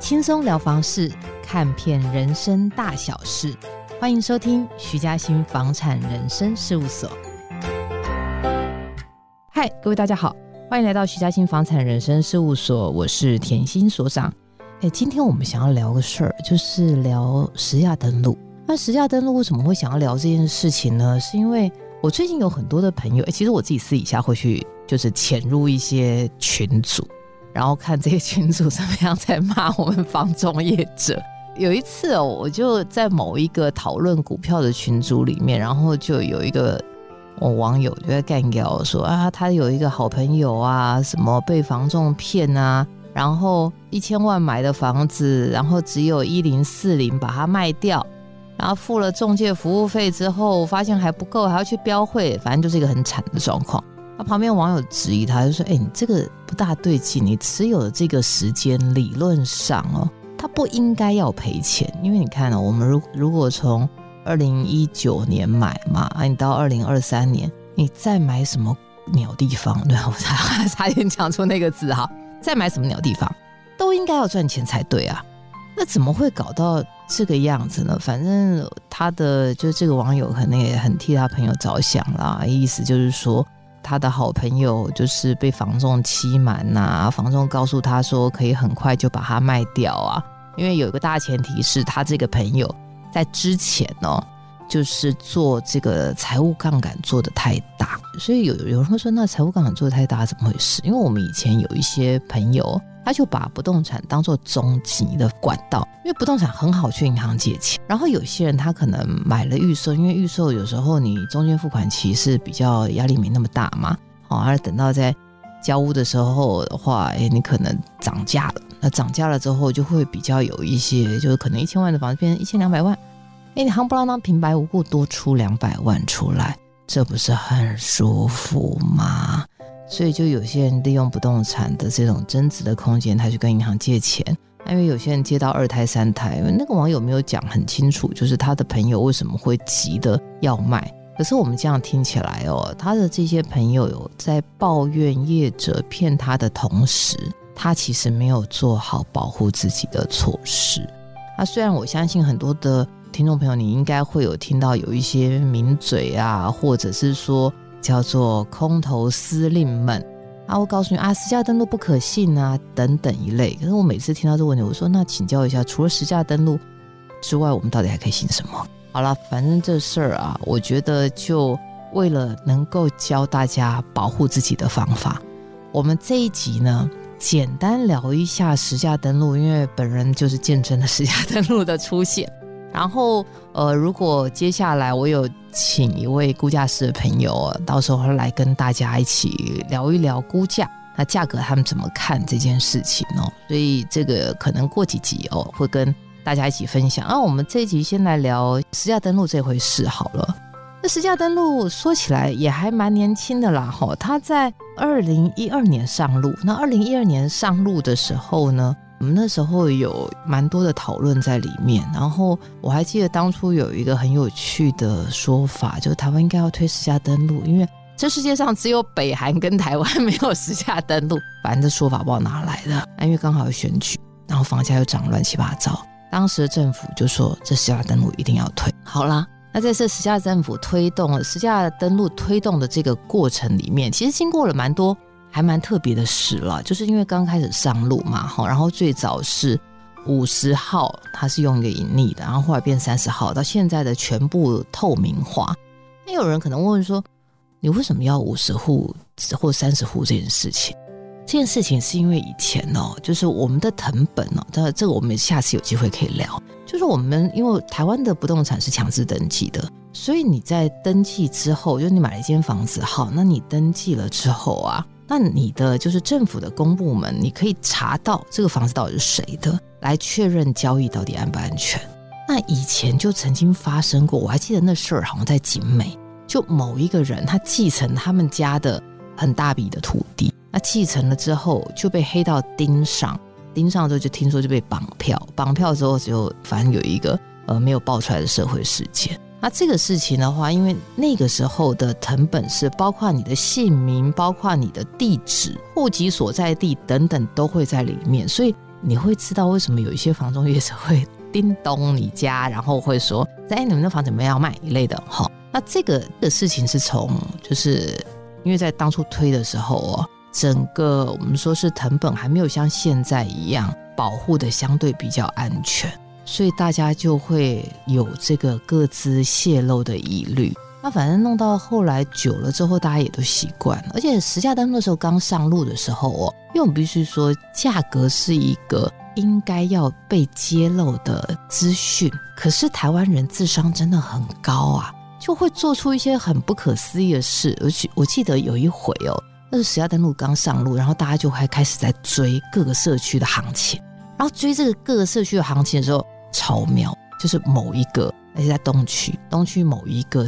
轻松聊房事，看遍人生大小事，欢迎收听徐嘉欣房产人生事务所。嗨，各位大家好，欢迎来到徐嘉欣房产人生事务所，我是甜心所长。今天我们想要聊个事儿，就是聊实价登录。那实价登录为什么会想要聊这件事情呢？是因为我最近有很多的朋友，其实我自己私底下会去就是潜入一些群组，然后看这些群组怎么样在骂我们房仲业者。有一次我就在某一个讨论股票的群组里面，然后就有一个网友就在干掉说啊，他有一个好朋友啊，什么被房仲骗啊，然后1000万买的房子，然后只有1040把它卖掉，然后付了中介服务费之后发现还不够，还要去标会，反正就是一个很惨的状况。旁边网友质疑他，就说你这个不大对劲，你持有的这个时间理论上他不应该要赔钱。因为你看我们如果从2019年买嘛，你到2023年你再买什么鸟地方，对，我差点讲出那个字哈，再买什么鸟地方都应该要赚钱才对啊，那怎么会搞到这个样子呢？反正他的就是这个网友可能也很替他朋友着想啦，意思就是说他的好朋友就是被房仲欺瞒啊，房仲告诉他说可以很快就把它卖掉啊，因为有一个大前提是他这个朋友在之前就是做这个财务杠杆做得太大，所以有人会说那财务杠杆做得太大怎么回事？因为我们以前有一些朋友他就把不动产当作终极的管道，因为不动产很好去银行借钱，然后有些人他可能买了预售，因为预售有时候你中间付款期是比较压力没那么大嘛，而等到在交屋的时候的话，你可能涨价了，那涨价了之后就会比较有一些，就是可能1000万的房子变成1200万，你夯不啷当平白无故多出200万出来，这不是很舒服吗？所以就有些人利用不动产的这种增值的空间，他去跟银行借钱，因为有些人接到2胎3胎，那个网友没有讲很清楚，就是他的朋友为什么会急的要卖。可是我们这样听起来他的这些朋友有在抱怨业者骗他的同时，他其实没有做好保护自己的措施。虽然我相信很多的听众朋友你应该会有听到有一些名嘴啊，或者是说叫做空头司令们我告诉你实价登录不可信啊等等一类。可是我每次听到这个问题，我说那请教一下，除了实价登录之外，我们到底还可以信什么？好了，反正这事儿我觉得就为了能够教大家保护自己的方法，我们这一集呢简单聊一下实价登录，因为本人就是见证了实价登录的出现。然后如果接下来我有请一位估价师的朋友到时候来跟大家一起聊一聊估价，那价格他们怎么看这件事情所以这个可能过几集会跟大家一起分享。我们这一集先来聊实价登录这回事好了。那实价登录说起来也还蛮年轻的啦它在2012年上路。那2012年上路的时候呢，我们那时候有蛮多的讨论在里面，然后我还记得当初有一个很有趣的说法，就是台湾应该要推实价登录，因为这世界上只有北韩跟台湾没有实价登录。反正这说法不知道哪来的，因为刚好有选举，然后房价又涨乱七八糟，当时的政府就说这实价登录一定要推。好啦，那在这实价政府推动实价登录推动的这个过程里面，其实经过了蛮多还蛮特别的事了，就是因为刚开始上路嘛，然后最早是50号它是用一个隐匿的，然后后来变30号，到现在的全部透明化。那有人可能问说，你为什么要50户或30户这件事情？这件事情是因为以前就是我们的誊本这个我们下次有机会可以聊，就是我们因为台湾的不动产是强制登记的，所以你在登记之后，就你买了一间房子，好，那你登记了之后那你的就是政府的公部门，你可以查到这个房子到底是谁的，来确认交易到底安不安全。那以前就曾经发生过，我还记得那事儿好像在景美，就某一个人他继承他们家的很大笔的土地，那继承了之后就被黑道盯上之后就听说就被绑票之后就反正有一个没有爆出来的社会事件。那这个事情的话，因为那个时候的誊本是包括你的姓名，包括你的地址、户籍所在地等等都会在里面，所以你会知道为什么有一些房仲业者会叮咚你家，然后会说你们的房子怎么样卖一类的。那这个事情是从就是因为在当初推的时候整个我们说是藤本还没有像现在一样保护的相对比较安全，所以大家就会有这个个资泄露的疑虑。那反正弄到后来久了之后，大家也都习惯了。而且实价登录的时候刚上路的时候因为我们必须说价格是一个应该要被揭露的资讯，可是台湾人智商真的很高啊，就会做出一些很不可思议的事。而且我记得有一回那是实价登录刚上路，然后大家就会开始在追各个社区的行情，然后追这个各个社区的行情的时候超妙，就是某一个而且在东区某一个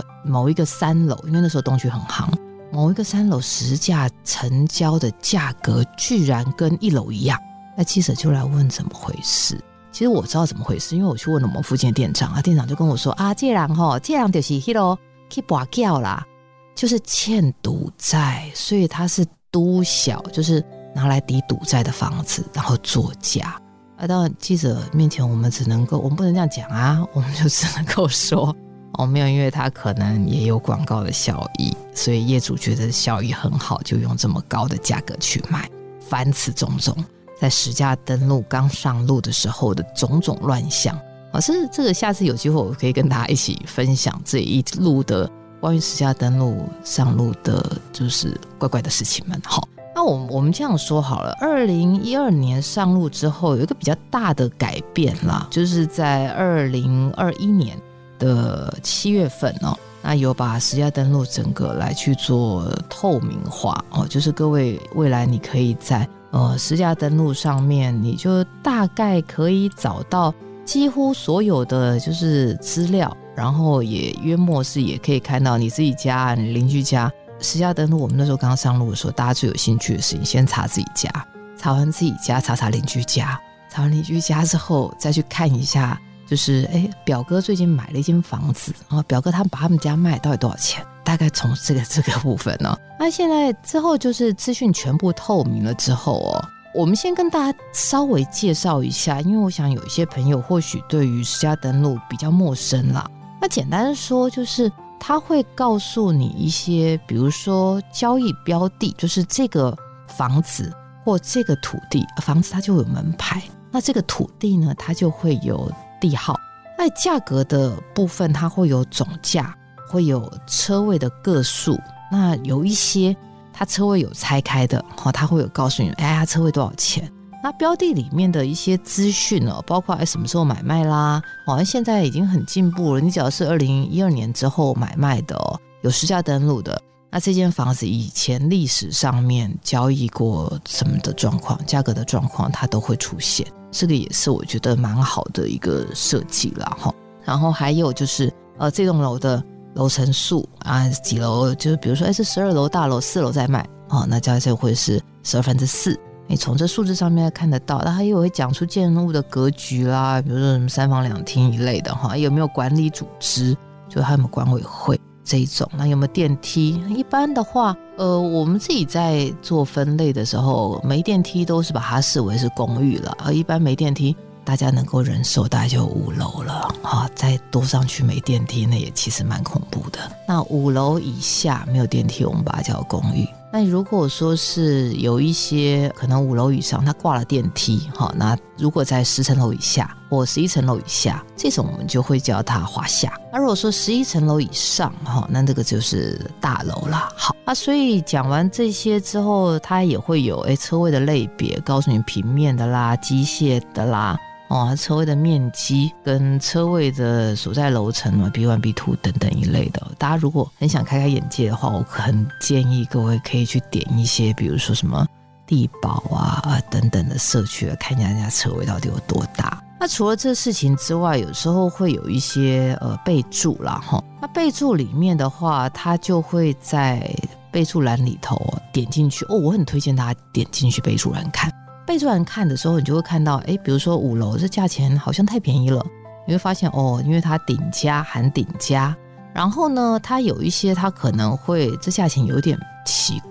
3楼，因为那时候东区很行，某一个3楼实价成交的价格居然跟1楼一样。那记者就来问怎么回事。其实我知道怎么回事，因为我去问了我们附近的店长店长就跟我说这人就是那个去拔掉啦，就是欠赌债，所以他是督小，就是拿来抵赌债的房子，然后作价。当然记者面前我们不能这样讲我们就只能够说没有，因为他可能也有广告的效益，所以业主觉得效益很好，就用这么高的价格去卖。凡此种种，在实价登录刚上路的时候的种种乱象是这个下次有机会我可以跟大家一起分享这一路的关于实价登录上路的就是怪怪的事情们。那我们这样说好了，2012年上路之后有一个比较大的改变啦，就是在2021年的7月份那有把实价登录整个来去做透明化就是各位未来你可以在实价登录上面，你就大概可以找到几乎所有的就是资料，然后也约莫是也可以看到你自己家你邻居家。实价登录我们那时候刚刚上路的时候，大家最有兴趣的事情先查自己家，查完自己家查邻居家，查完邻居家之后再去看一下就是表哥最近买了一间房子表哥他们把他们家卖到底多少钱，大概从这个部分那现在之后就是资讯全部透明了之后我们先跟大家稍微介绍一下，因为我想有一些朋友或许对于实价登录比较陌生啦。那简单说就是他会告诉你一些比如说交易标的，就是这个房子或这个土地，房子它就有门牌，那这个土地呢它就会有地号，那价格的部分它会有总价，会有车位的个数，那有一些它车位有拆开的它会有告诉你它车位多少钱。那标的里面的一些资讯包括什么时候买卖啦现在已经很进步了，你只要是2012年之后买卖的有实价登录的，那这间房子以前历史上面交易过什么的状况，价格的状况它都会出现，这个也是我觉得蛮好的一个设计啦然后还有就是这栋楼的楼层数几楼，就是比如说是12楼大楼4楼在卖那这样就会是4/12，你从这数字上面看得到。那它也会讲出建筑物的格局啦，比如说什么3房2厅一类的有没有管理组织，就他们管委会这一种，那有没有电梯。一般的话我们自己在做分类的时候，没电梯都是把它视为是公寓了一般没电梯大家能够忍受大概就5楼了再多上去没电梯那也其实蛮恐怖的。那5楼以下没有电梯我们把它叫公寓。那如果说是有一些可能5楼以上它挂了电梯那如果在10层楼以下或11层楼以下，这种我们就会叫它华夏。那如果说11层楼以上那这个就是大楼啦。好，那所以讲完这些之后，它也会有车位的类别，告诉你平面的啦、机械的啦车位的面积跟车位的所在楼层B1、B2 等等一类的。大家如果很想开开眼界的话，我很建议各位可以去点一些比如说什么地保等等的社区，看一下人家车位到底有多大。那除了这事情之外，有时候会有一些备注啦那备注里面的话，它就会在备注栏里头点进去我很推荐大家点进去备注栏看。备注栏看的时候，你就会看到比如说5楼这价钱好像太便宜了，你会发现因为它顶加含顶加，然后呢它有一些它可能会这价钱有点奇怪，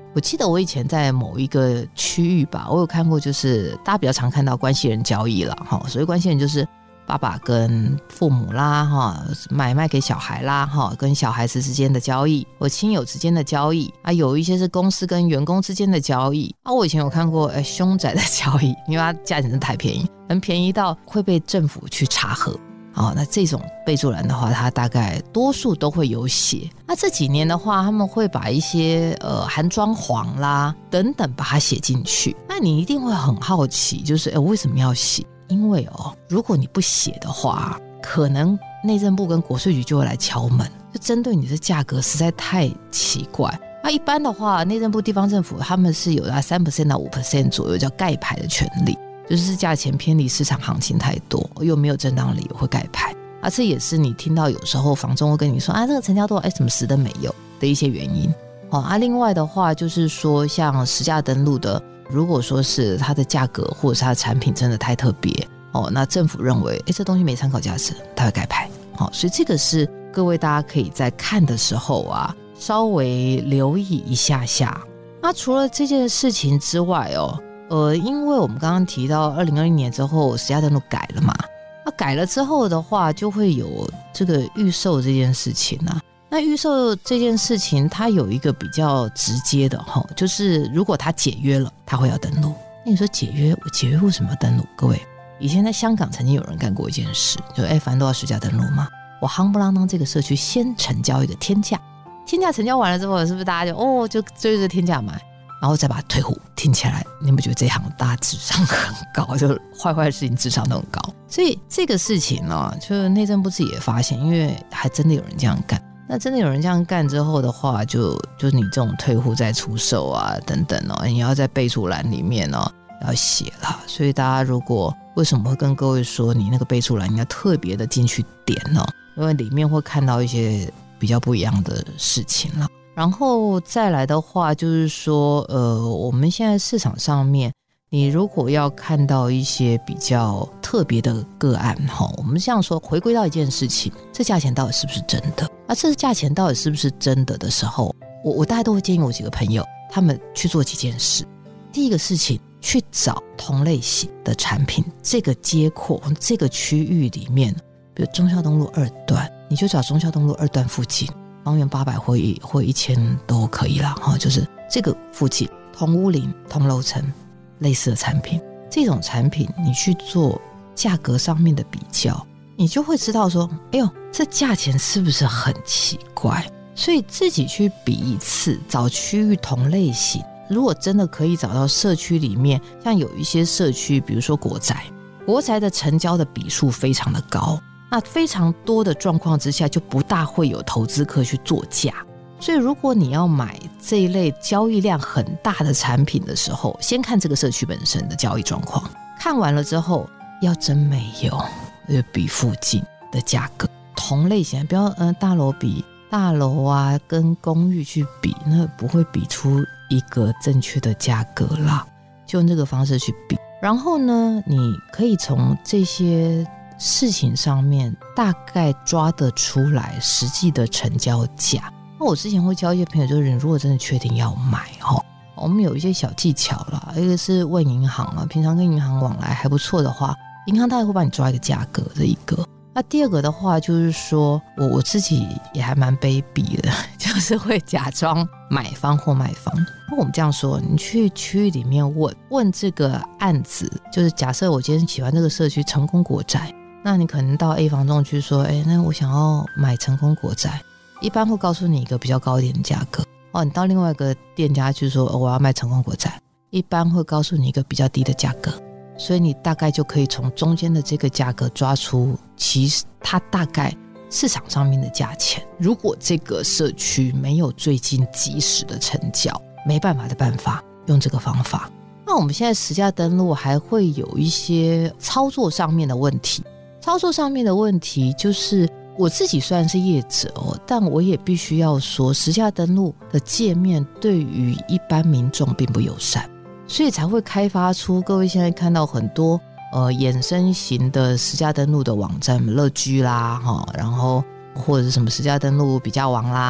我记得我以前在某一个区域吧，我有看过，就是大家比较常看到关系人交易啦，所谓关系人就是爸爸跟父母啦，卖给小孩啦，跟小孩子之间的交易，或亲友之间的交易啊，有一些是公司跟员工之间的交易啊。我以前有看过凶宅的交易，因为它价钱真的太便宜，很便宜到会被政府去查核。那这种备注栏的话，它大概多数都会有写。那这几年的话，他们会把一些含装潢啦等等把它写进去。那你一定会很好奇，就是为什么要写？因为如果你不写的话，可能内政部跟国税局就会来敲门，就针对你的价格实在太奇怪。那一般的话，内政部地方政府他们是有大概 3% 到 5% 左右叫盖牌的权利，就是价钱偏离市场行情太多，又没有正当理由会盖牌。这也是你听到有时候房仲会跟你说这个成交多少，怎么实登没有的一些原因。另外的话就是说，像实价登录的，如果说是它的价格或者是它的产品真的太特别那政府认为这东西没参考价值，它会盖牌。所以这个是各位大家可以在看的时候稍微留意一下下。那除了这件事情之外因为我们刚刚提到2020年之后实价登录改了嘛，那改了之后的话就会有这个预售这件事情那预售这件事情它有一个比较直接的就是如果它解约了，它会要登录。那你说解约为什么要登录？各位，以前在香港曾经有人干过一件事，就反正都要实价登录嘛，我夯不啷当这个社区先成交一个天价，天价成交完了之后，是不是大家就追着天价买，然后再把它退户？听起来你们觉得这行大家智商很高，就坏的事情智商都很高。所以这个事情就内政部自己也发现，因为还真的有人这样干。那真的有人这样干之后的话，就你这种退户再出售等等你要在备注栏里面要写啦。所以大家如果为什么会跟各位说你那个备注栏应该特别的进去点因为里面会看到一些比较不一样的事情啦。然后再来的话就是说我们现在市场上面，你如果要看到一些比较特别的个案我们这样说，回归到一件事情，这价钱到底是不是真的这价钱到底是不是真的的时候，我大概都会建议我几个朋友他们去做几件事。第一个事情，去找同类型的产品，这个街廓这个区域里面，比如忠孝东路2段，你就找忠孝东路2段附近方圆800或1000都可以啦就是这个附近同屋龄同楼层类似的产品，这种产品你去做价格上面的比较，你就会知道说这价钱是不是很奇怪。所以自己去比一次，找区域同类型。如果真的可以找到社区里面，像有一些社区比如说国宅的成交的笔数非常的高，那非常多的状况之下就不大会有投资客去做价。所以如果你要买这一类交易量很大的产品的时候，先看这个社区本身的交易状况，看完了之后要真没有比附近的价格同类型，不要大楼比大楼跟公寓去比，那不会比出一个正确的价格啦，就用这个方式去比。然后呢，你可以从这些事情上面大概抓得出来实际的成交价。那我之前会教一些朋友，就是如果真的确定要买我们有一些小技巧啦。一个是问银行平常跟银行往来还不错的话，银行大概会帮你抓一个价格的一个。那第二个的话就是说，我自己也还蛮卑鄙的，就是会假装买方或卖方。那我们这样说，你去区域里面问这个案子，就是假设我今天喜欢这个社区成功国宅，那你可能到 A 房仲去说，那我想要买成功国宅，一般会告诉你一个比较高一点的价格你到另外一个店家去说我要卖成功国宅，一般会告诉你一个比较低的价格。所以你大概就可以从中间的这个价格抓出其实它大概市场上面的价钱。如果这个社区没有最近及时的成交，没办法用这个方法。那我们现在实价登录还会有一些操作上面的问题。操作上面的问题就是我自己虽然是业者但我也必须要说，实价登录的界面对于一般民众并不友善，所以才会开发出各位现在看到很多衍生型的实价登录的网站，乐居啦然后或者是什么实价登录比价网啦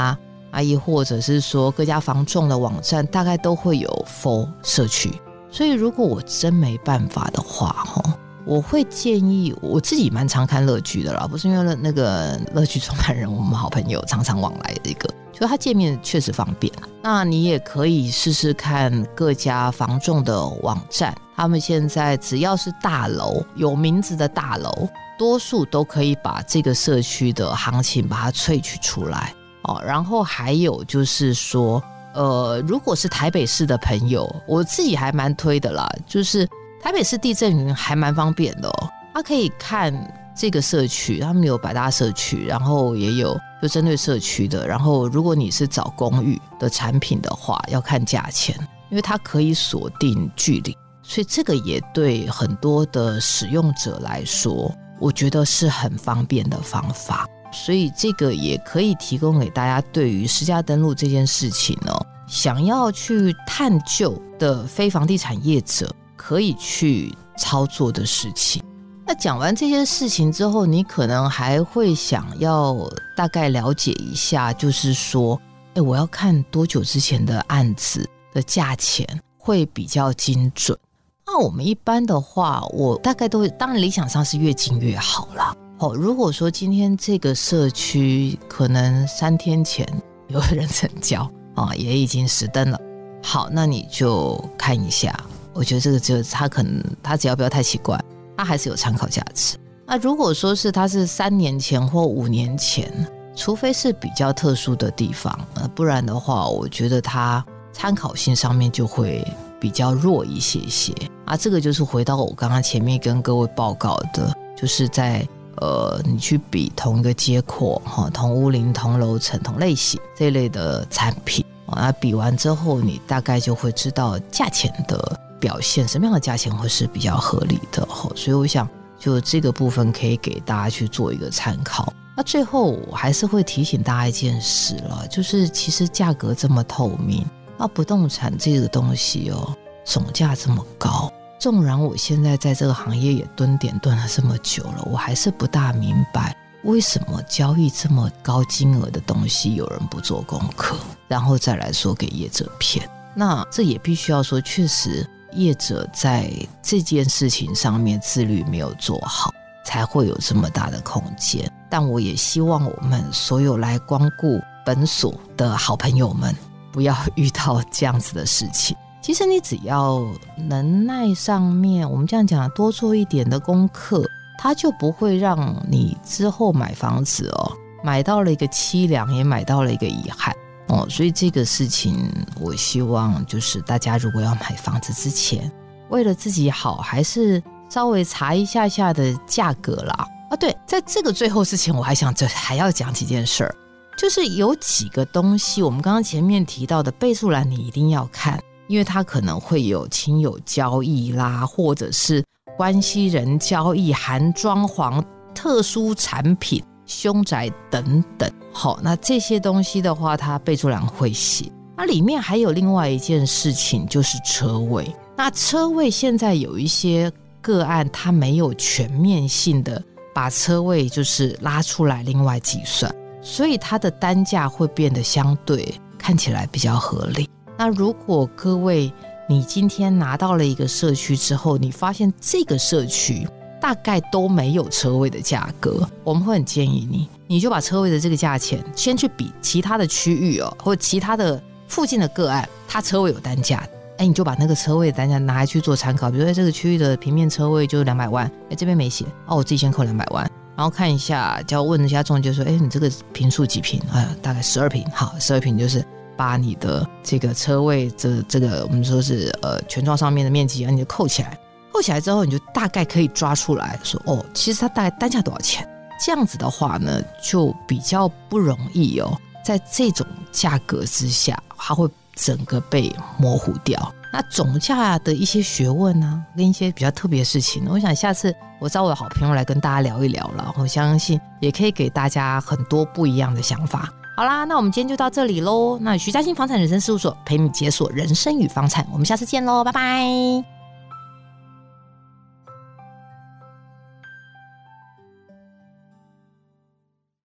亦或者是说各家房仲的网站大概都会有 for 社区。所以如果我真没办法的话，我会建议，我自己蛮常看乐居的啦，不是因为那个乐居创办人我们好朋友常常往来的一个，就他界面确实方便。那你也可以试试看各家房仲的网站，他们现在只要是大楼有名字的大楼，多数都可以把这个社区的行情把它萃取出来。然后还有就是说如果是台北市的朋友，我自己还蛮推的啦，就是台北市地震云还蛮方便的他可以看这个社区，他们有百大社区，然后也有就针对社区的，然后如果你是找公寓的产品的话，要看价钱，因为它可以锁定距离，所以这个也对很多的使用者来说，我觉得是很方便的方法。所以这个也可以提供给大家，对于实价登录这件事情想要去探究的非房地产业者可以去操作的事情。那讲完这些事情之后，你可能还会想要大概了解一下，就是说我要看多久之前的案子的价钱会比较精准。那我们一般的话，我大概都会，当然理想上是越近越好啦。如果说今天这个社区可能3天前有人成交也已经实登了，好，那你就看一下，我觉得这个就他只要不要太奇怪，它还是有参考价值。那如果说是它是3年前或5年前，除非是比较特殊的地方，不然的话我觉得它参考性上面就会比较弱一些些这个就是回到我刚刚前面跟各位报告的，就是在你去比同一个街廓同屋龄同楼层同类型这一类的产品那比完之后，你大概就会知道价钱的表现，什么样的价钱会是比较合理的所以我想就这个部分可以给大家去做一个参考。那最后我还是会提醒大家一件事了，就是其实价格这么透明，不动产这个东西总价这么高，纵然我现在在这个行业也蹲点蹲了这么久了，我还是不大明白为什么交易这么高金额的东西有人不做功课，然后再来说给业者骗。那这也必须要说，确实业者在这件事情上面自律没有做好，才会有这么大的空间。但我也希望我们所有来光顾本所的好朋友们不要遇到这样子的事情。其实你只要能耐上面，我们这样讲，多做一点的功课，它就不会让你之后买房子买到了一个凄凉，也买到了一个遗憾所以这个事情我希望就是大家如果要买房子之前，为了自己好，还是稍微查一下下的价格啦对，在这个最后之前，我还要讲几件事儿，就是有几个东西我们刚刚前面提到的备注栏你一定要看，因为它可能会有亲友交易啦，或者是关系人交易、含装潢、特殊产品、凶宅等等那这些东西的话，它备注栏会写。那里面还有另外一件事情，就是车位。那车位现在有一些个案，它没有全面性的把车位就是拉出来另外计算，所以它的单价会变得相对看起来比较合理。那如果各位你今天拿到了一个社区之后，你发现这个社区大概都没有车位的价格，我们会很建议你就把车位的这个价钱先去比其他的区域或者其他的附近的个案，它车位有单价你就把那个车位的单价拿来去做参考。比如说这个区域的平面车位就200万，这边没写我自己先扣200万，然后看一下，就要问一下中介说你这个坪数几坪大概12坪，好，12坪就是把你的这个车位这个我们说是权状上面的面积你就扣起来，扣起来之后你就大概可以抓出来说其实它大概单价多少钱。这样子的话呢，就比较不容易在这种价格之下，它会整个被模糊掉。那总价的一些学问呢，跟一些比较特别的事情，我想下次我找我的好朋友来跟大家聊一聊了，我相信也可以给大家很多不一样的想法。好啦，那我们今天就到这里咯。那徐嘉欣房产人生事务所陪你解锁人生与房产，我们下次见咯，拜拜。